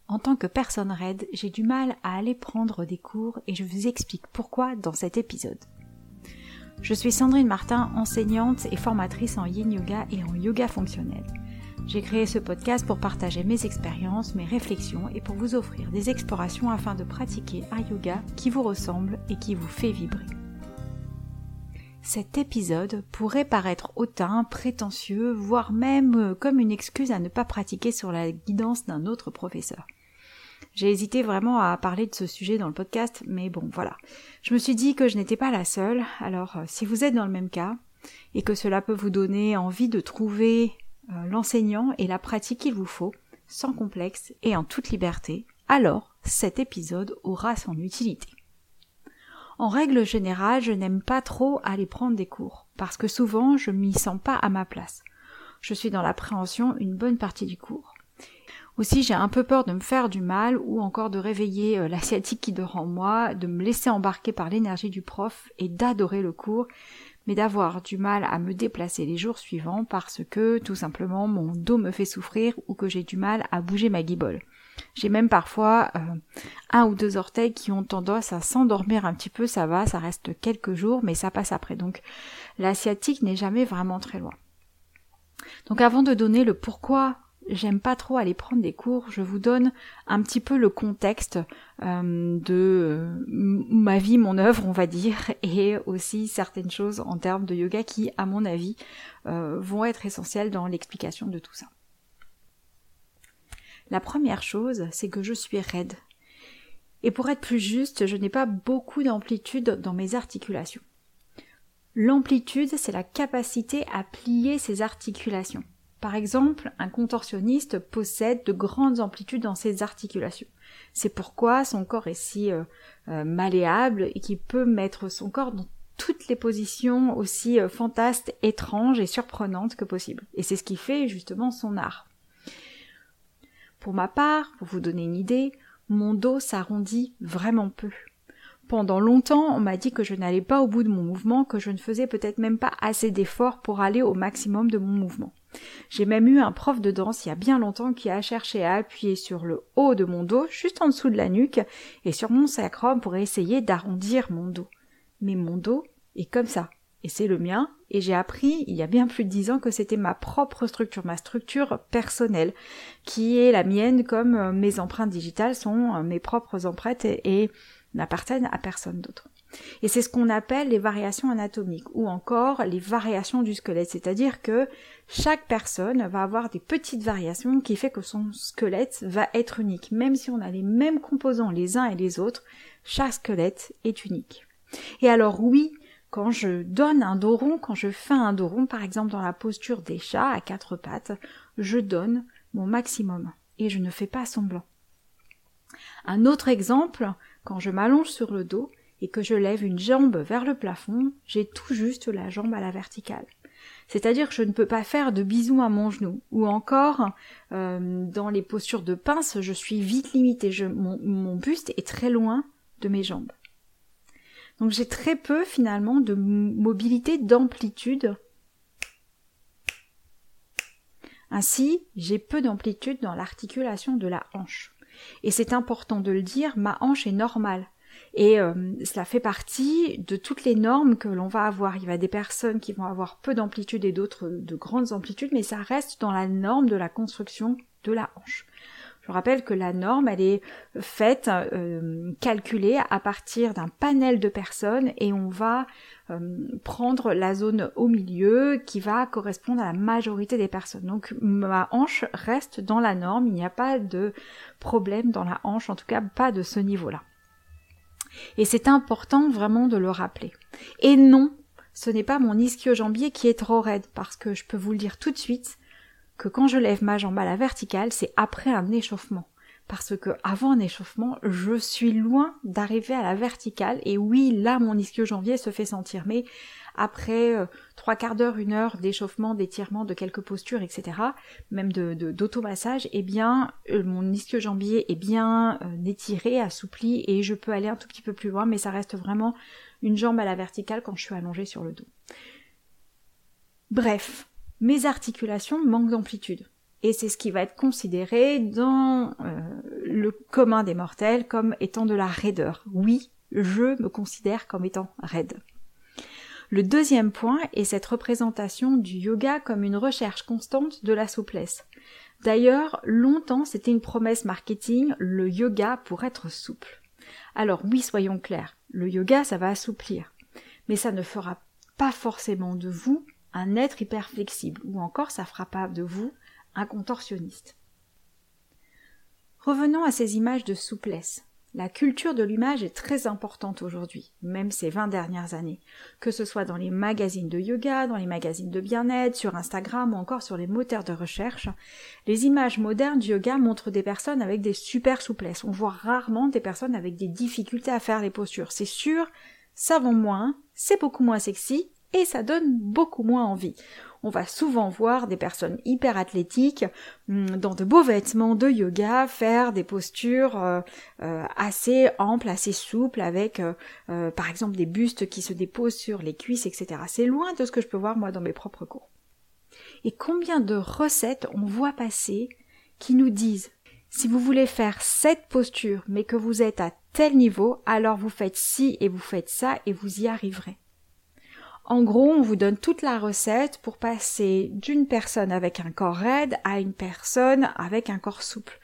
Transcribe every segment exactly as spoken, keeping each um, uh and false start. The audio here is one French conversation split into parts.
En tant que personne raide, j'ai du mal à aller prendre des cours et je vous explique pourquoi dans cet épisode. Je suis Sandrine Martin, enseignante et formatrice en Yin Yoga et en yoga fonctionnel. J'ai créé ce podcast pour partager mes expériences, mes réflexions et pour vous offrir des explorations afin de pratiquer un yoga qui vous ressemble et qui vous fait vibrer. Cet épisode pourrait paraître hautain, prétentieux, voire même comme une excuse à ne pas pratiquer sur la guidance d'un autre professeur. J'ai hésité vraiment à parler de ce sujet dans le podcast, mais bon, voilà. Je me suis dit que je n'étais pas la seule, alors si vous êtes dans le même cas, et que cela peut vous donner envie de trouver euh, l'enseignant et la pratique qu'il vous faut, sans complexe et en toute liberté, alors cet épisode aura son utilité. En règle générale, je n'aime pas trop aller prendre des cours, parce que souvent je m'y sens pas à ma place. Je suis dans l'appréhension une bonne partie du cours. Aussi, j'ai un peu peur de me faire du mal ou encore de réveiller euh, l'asiatique qui dort en moi, de me laisser embarquer par l'énergie du prof et d'adorer le cours, mais d'avoir du mal à me déplacer les jours suivants parce que, tout simplement, mon dos me fait souffrir ou que j'ai du mal à bouger ma guibole. J'ai même parfois euh, un ou deux orteils qui ont tendance à s'endormir un petit peu, ça va, ça reste quelques jours, mais ça passe après. Donc, l'asiatique n'est jamais vraiment très loin. Donc, avant de donner le pourquoi j'aime pas trop aller prendre des cours, je vous donne un petit peu le contexte euh, de euh, ma vie, mon œuvre, on va dire, et aussi certaines choses en termes de yoga qui, à mon avis, euh, vont être essentielles dans l'explication de tout ça. La première chose, c'est que je suis raide. Et pour être plus juste, je n'ai pas beaucoup d'amplitude dans mes articulations. L'amplitude, c'est la capacité à plier ses articulations. Par exemple, un contorsionniste possède de grandes amplitudes dans ses articulations. C'est pourquoi son corps est si euh, euh, malléable et qu'il peut mettre son corps dans toutes les positions aussi euh, fantasques, étranges et surprenantes que possible. Et c'est ce qui fait justement son art. Pour ma part, pour vous donner une idée, mon dos s'arrondit vraiment peu. Pendant longtemps, on m'a dit que je n'allais pas au bout de mon mouvement, que je ne faisais peut-être même pas assez d'efforts pour aller au maximum de mon mouvement. J'ai même eu un prof de danse il y a bien longtemps qui a cherché à appuyer sur le haut de mon dos, juste en dessous de la nuque, et sur mon sacrum pour essayer d'arrondir mon dos. Mais mon dos est comme ça, et c'est le mien, et j'ai appris il y a bien plus de dix ans que c'était ma propre structure, ma structure personnelle, qui est la mienne comme mes empreintes digitales sont mes propres empreintes et, et n'appartiennent à personne d'autre. Et c'est ce qu'on appelle les variations anatomiques ou encore les variations du squelette, c'est-à-dire que chaque personne va avoir des petites variations qui fait que son squelette va être unique. Même si on a les mêmes composants les uns et les autres, chaque squelette est unique. Et alors oui, quand je donne un dos rond, quand je fais un dos rond, par exemple dans la posture des chats à quatre pattes, je donne mon maximum et je ne fais pas semblant. Un autre exemple, quand je m'allonge sur le dos et que je lève une jambe vers le plafond, j'ai tout juste la jambe à la verticale. C'est-à-dire que je ne peux pas faire de bisous à mon genou. Ou encore, euh, dans les postures de pince, je suis vite limitée. Je, mon, mon buste est très loin de mes jambes. Donc j'ai très peu finalement de mobilité, d'amplitude. Ainsi, j'ai peu d'amplitude dans l'articulation de la hanche. Et c'est important de le dire, ma hanche est normale. Et euh, cela fait partie de toutes les normes que l'on va avoir. Il y a des personnes qui vont avoir peu d'amplitude et d'autres de grandes amplitudes, mais ça reste dans la norme de la construction de la hanche. Je rappelle que la norme, elle est faite, euh, calculée à partir d'un panel de personnes et on va euh, prendre la zone au milieu qui va correspondre à la majorité des personnes. Donc ma hanche reste dans la norme, il n'y a pas de problème dans la hanche, en tout cas pas de ce niveau-là. Et c'est important vraiment de le rappeler. Et non, ce n'est pas mon ischio-jambier qui est trop raide, parce que je peux vous le dire tout de suite, que quand je lève ma jambe à la verticale, c'est après un échauffement. Parce que avant un échauffement, je suis loin d'arriver à la verticale. Et oui, là, mon ischio-jambier se fait sentir. Mais après euh, trois quarts d'heure, une heure d'échauffement, d'étirement, de quelques postures, et cetera, même de, de, d'automassage, eh bien, euh, mon ischio-jambier est bien euh, étiré, assoupli, et je peux aller un tout petit peu plus loin, mais ça reste vraiment une jambe à la verticale quand je suis allongée sur le dos. Bref. Mes articulations manquent d'amplitude. Et c'est ce qui va être considéré dans euh, le le commun des mortels comme étant de la raideur. Oui, je me considère comme étant raide. Le deuxième point est cette représentation du yoga comme une recherche constante de la souplesse. D'ailleurs, longtemps c'était une promesse marketing, le yoga pour être souple. Alors oui, soyons clairs, le yoga ça va assouplir, mais ça ne fera pas forcément de vous un être hyper flexible, ou encore ça fera pas de vous un contorsionniste. Revenons à ces images de souplesse. La culture de l'image est très importante aujourd'hui, même ces vingt dernières années, que ce soit dans les magazines de yoga, dans les magazines de bien-être, sur Instagram ou encore sur les moteurs de recherche. Les images modernes du yoga montrent des personnes avec des super souplesses. On voit rarement des personnes avec des difficultés à faire les postures. C'est sûr, ça vend moins, c'est beaucoup moins sexy et ça donne beaucoup moins envie. On va souvent voir des personnes hyper athlétiques, dans de beaux vêtements de yoga, faire des postures euh, euh, assez amples, assez souples, avec euh, euh, par exemple des bustes qui se déposent sur les cuisses, et cetera. C'est loin de ce que je peux voir moi dans mes propres cours. Et combien de recettes on voit passer qui nous disent si vous voulez faire cette posture, mais que vous êtes à tel niveau, alors vous faites ci et vous faites ça et vous y arriverez. En gros, on vous donne toute la recette pour passer d'une personne avec un corps raide à une personne avec un corps souple.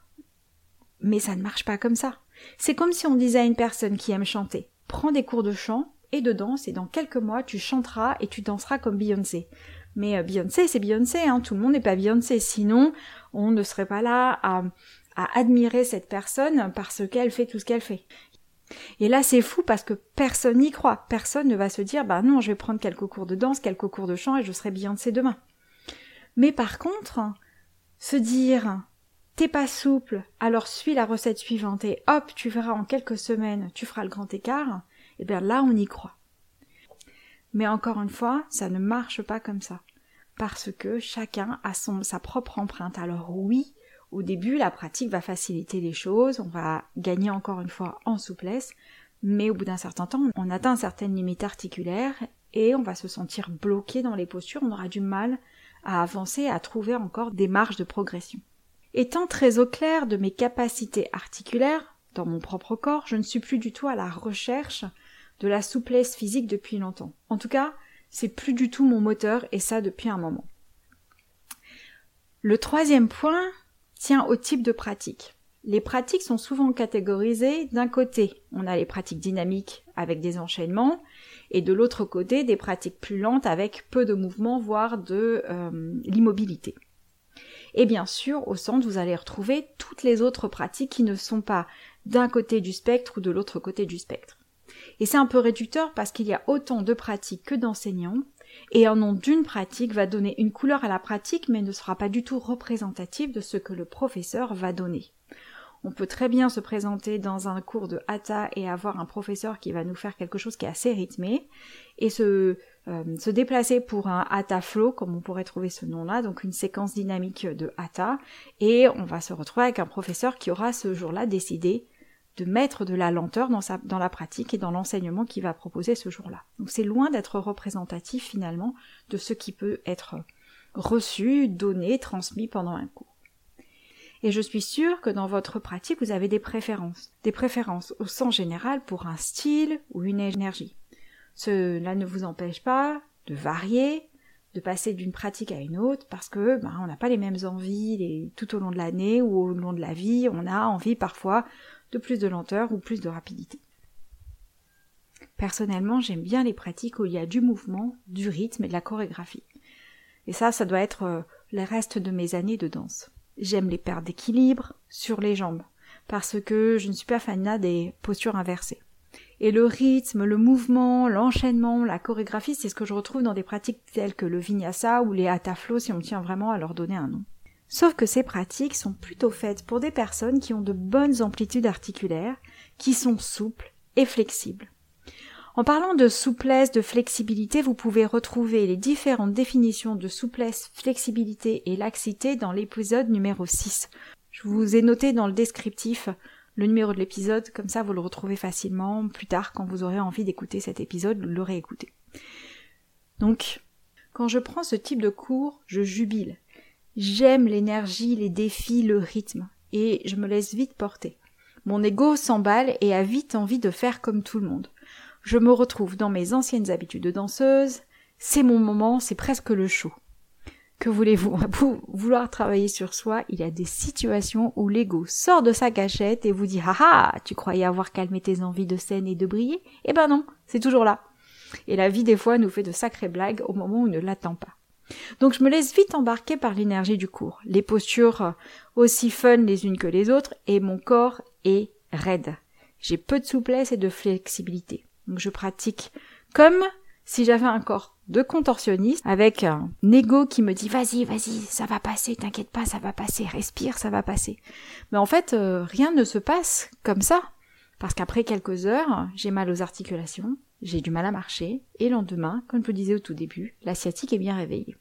Mais ça ne marche pas comme ça. C'est comme si on disait à une personne qui aime chanter, prends des cours de chant et de danse et dans quelques mois tu chanteras et tu danseras comme Beyoncé. Mais Beyoncé, c'est Beyoncé, hein, tout le monde n'est pas Beyoncé, sinon on ne serait pas là à, à admirer cette personne parce qu'elle fait tout ce qu'elle fait. Et là, c'est fou parce que personne n'y croit. Personne ne va se dire, bah non, je vais prendre quelques cours de danse, quelques cours de chant et je serai Beyoncé demain. Mais par contre, se dire, t'es pas souple, alors suis la recette suivante et hop, tu verras en quelques semaines, tu feras le grand écart, et bien là, on y croit. Mais encore une fois, ça ne marche pas comme ça. Parce que chacun a son, sa propre empreinte. Alors oui, au début, la pratique va faciliter les choses, on va gagner encore une fois en souplesse, mais au bout d'un certain temps, on atteint certaines limites articulaires et on va se sentir bloqué dans les postures, on aura du mal à avancer, à trouver encore des marges de progression. Étant très au clair de mes capacités articulaires, dans mon propre corps, je ne suis plus du tout à la recherche de la souplesse physique depuis longtemps. En tout cas, c'est plus du tout mon moteur et ça depuis un moment. Le troisième point tient au type de pratique. Les pratiques sont souvent catégorisées. D'un côté, on a les pratiques dynamiques avec des enchaînements, et de l'autre côté, des pratiques plus lentes avec peu de mouvements, voire de euh, l'immobilité. Et bien sûr, au centre, vous allez retrouver toutes les autres pratiques qui ne sont pas d'un côté du spectre ou de l'autre côté du spectre. Et c'est un peu réducteur parce qu'il y a autant de pratiques que d'enseignants, et un nom d'une pratique va donner une couleur à la pratique, mais ne sera pas du tout représentatif de ce que le professeur va donner. On peut très bien se présenter dans un cours de hatha et avoir un professeur qui va nous faire quelque chose qui est assez rythmé, et se, euh, se déplacer pour un hatha flow, comme on pourrait trouver ce nom-là, donc une séquence dynamique de hatha, et on va se retrouver avec un professeur qui aura ce jour-là décidé de mettre de la lenteur dans, sa, dans la pratique et dans l'enseignement qu'il va proposer ce jour-là. Donc c'est loin d'être représentatif finalement de ce qui peut être reçu, donné, transmis pendant un cours. Et je suis sûre que dans votre pratique, vous avez des préférences. Des préférences au sens général pour un style ou une énergie. Cela ne vous empêche pas de varier, de passer d'une pratique à une autre, parce que ben, on n'a pas les mêmes envies les, tout au long de l'année ou au long de la vie. On a envie parfois de plus de lenteur ou plus de rapidité. Personnellement, j'aime bien les pratiques où il y a du mouvement, du rythme et de la chorégraphie. Et ça, ça doit être euh, le reste de mes années de danse. J'aime les pertes d'équilibre sur les jambes, parce que je ne suis pas fan des postures inversées. Et le rythme, le mouvement, l'enchaînement, la chorégraphie, c'est ce que je retrouve dans des pratiques telles que le vinyasa ou les hatha flow, si on tient vraiment à leur donner un nom. Sauf que ces pratiques sont plutôt faites pour des personnes qui ont de bonnes amplitudes articulaires, qui sont souples et flexibles. En parlant de souplesse, de flexibilité, vous pouvez retrouver les différentes définitions de souplesse, flexibilité et laxité dans l'épisode numéro six. Je vous ai noté dans le descriptif le numéro de l'épisode, comme ça vous le retrouvez facilement plus tard quand vous aurez envie d'écouter cet épisode, le réécouter. Donc, quand je prends ce type de cours, je jubile. J'aime l'énergie, les défis, le rythme. et je me laisse vite porter. Mon ego s'emballe et a vite envie de faire comme tout le monde. Je me retrouve dans mes anciennes habitudes de danseuse, c'est mon moment, c'est presque le show. Que voulez-vous? Pour vouloir travailler sur soi, il y a des situations où l'ego sort de sa cachette et vous dit « Ah ah, tu croyais avoir calmé tes envies de scène et de briller? Eh ben non, c'est toujours là. » Et la vie des fois nous fait de sacrées blagues au moment où on ne l'attend pas. Donc je me laisse vite embarquer par l'énergie du cours, les postures aussi fun les unes que les autres, et mon corps est raide. J'ai peu de souplesse et de flexibilité. Donc je pratique comme si j'avais un corps de contorsionniste avec un ego qui me dit « Vas-y, vas-y, ça va passer, t'inquiète pas, ça va passer, respire, ça va passer. » Mais en fait, euh, rien ne se passe comme ça. Parce qu'après quelques heures, j'ai mal aux articulations, j'ai du mal à marcher, et le lendemain, comme je vous disais au tout début, la sciatique est bien réveillée.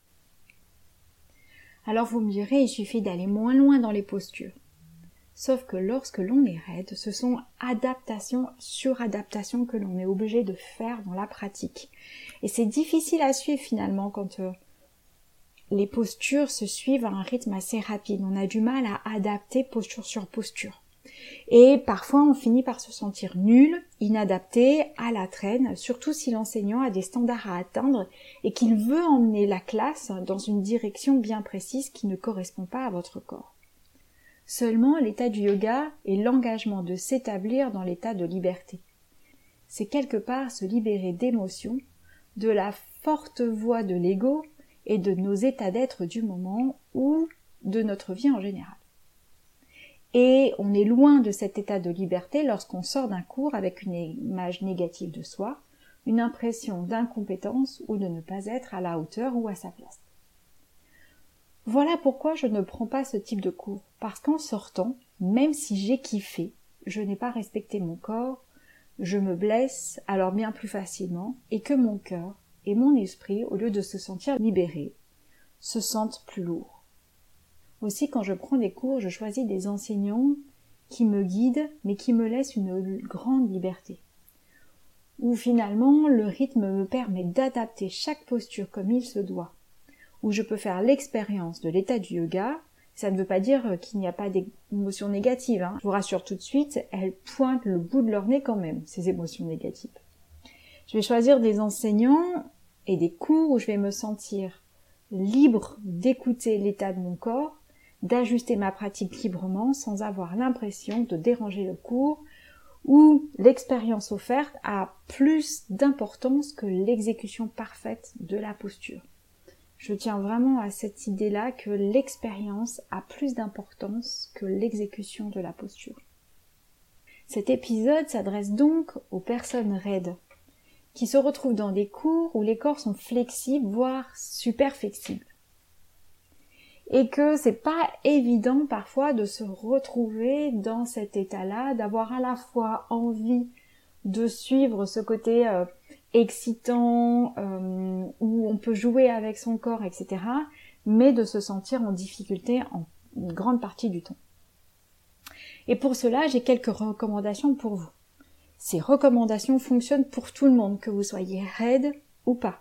Alors vous me direz, il suffit d'aller moins loin dans les postures. Sauf que lorsque l'on est raide, ce sont adaptations, suradaptations que l'on est obligé de faire dans la pratique. Et c'est difficile à suivre finalement quand euh, les postures se suivent à un rythme assez rapide. On a du mal à adapter posture sur posture. Et parfois on finit par se sentir nul, inadapté, à la traîne, surtout si l'enseignant a des standards à atteindre et qu'il veut emmener la classe dans une direction bien précise qui ne correspond pas à votre corps. Seulement, l'état du yoga est l'engagement de s'établir dans l'état de liberté. C'est quelque part se libérer d'émotions, de la forte voix de l'ego et de nos états d'être du moment ou de notre vie en général. Et on est loin de cet état de liberté lorsqu'on sort d'un cours avec une image négative de soi, une impression d'incompétence ou de ne pas être à la hauteur ou à sa place. Voilà pourquoi je ne prends pas ce type de cours, parce qu'en sortant, même si j'ai kiffé, je n'ai pas respecté mon corps, je me blesse alors bien plus facilement et que mon cœur et mon esprit, au lieu de se sentir libérés, se sentent plus lourds. Aussi, quand je prends des cours, je choisis des enseignants qui me guident, mais qui me laissent une grande liberté. Où finalement, le rythme me permet d'adapter chaque posture comme il se doit. Où je peux faire l'expérience de l'état du yoga. Ça ne veut pas dire qu'il n'y a pas d'émotions négatives, hein. Je vous rassure tout de suite, elles pointent le bout de leur nez quand même, ces émotions négatives. Je vais choisir des enseignants et des cours où je vais me sentir libre d'écouter l'état de mon corps, d'ajuster ma pratique librement sans avoir l'impression de déranger le cours, où l'expérience offerte a plus d'importance que l'exécution parfaite de la posture. Je tiens vraiment à cette idée-là que l'expérience a plus d'importance que l'exécution de la posture. Cet épisode s'adresse donc aux personnes raides, qui se retrouvent dans des cours où les corps sont flexibles, voire super flexibles. Et que c'est pas évident parfois de se retrouver dans cet état-là, d'avoir à la fois envie de suivre ce côté euh, excitant, euh, où on peut jouer avec son corps, et cetera, mais de se sentir en difficulté en une grande partie du temps. Et pour cela, j'ai quelques recommandations pour vous. Ces recommandations fonctionnent pour tout le monde, que vous soyez raide ou pas.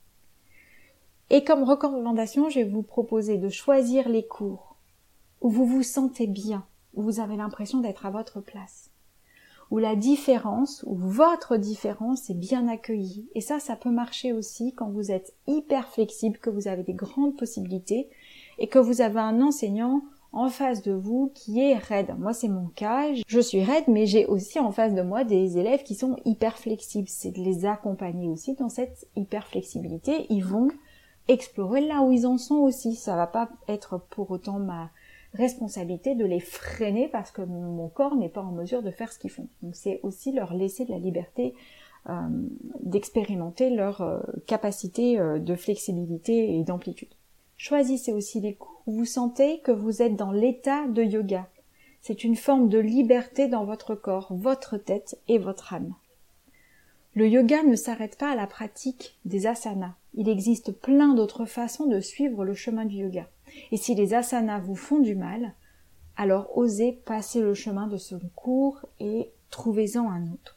Et comme recommandation, je vais vous proposer de choisir les cours où vous vous sentez bien, où vous avez l'impression d'être à votre place, où la différence, où votre différence est bien accueillie. Et ça, ça peut marcher aussi quand vous êtes hyper flexible, que vous avez des grandes possibilités et que vous avez un enseignant en face de vous qui est raide. Moi, c'est mon cas, je suis raide, mais j'ai aussi en face de moi des élèves qui sont hyper flexibles. C'est de les accompagner aussi dans cette hyper flexibilité. Ils vont explorer là où ils en sont aussi. Ça va pas être pour autant ma responsabilité de les freiner parce que mon corps n'est pas en mesure de faire ce qu'ils font. Donc c'est aussi leur laisser de la liberté euh, d'expérimenter leur euh, capacité euh, de flexibilité et d'amplitude. Choisissez aussi les cours où vous sentez que vous êtes dans l'état de yoga. C'est une forme de liberté dans votre corps, votre tête et votre âme. Le yoga ne s'arrête pas à la pratique des asanas. Il existe plein d'autres façons de suivre le chemin du yoga. Et si les asanas vous font du mal, alors osez passer le chemin de ce cours et trouvez-en un autre.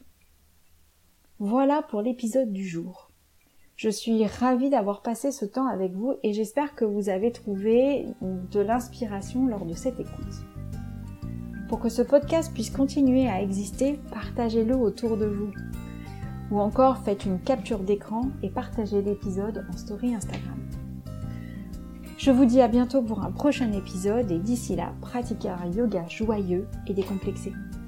Voilà pour l'épisode du jour. Je suis ravie d'avoir passé ce temps avec vous et j'espère que vous avez trouvé de l'inspiration lors de cette écoute. Pour que ce podcast puisse continuer à exister, partagez-le autour de vous. Ou encore faites une capture d'écran et partagez l'épisode en story Instagram. Je vous dis à bientôt pour un prochain épisode et d'ici là, pratiquez un yoga joyeux et décomplexé.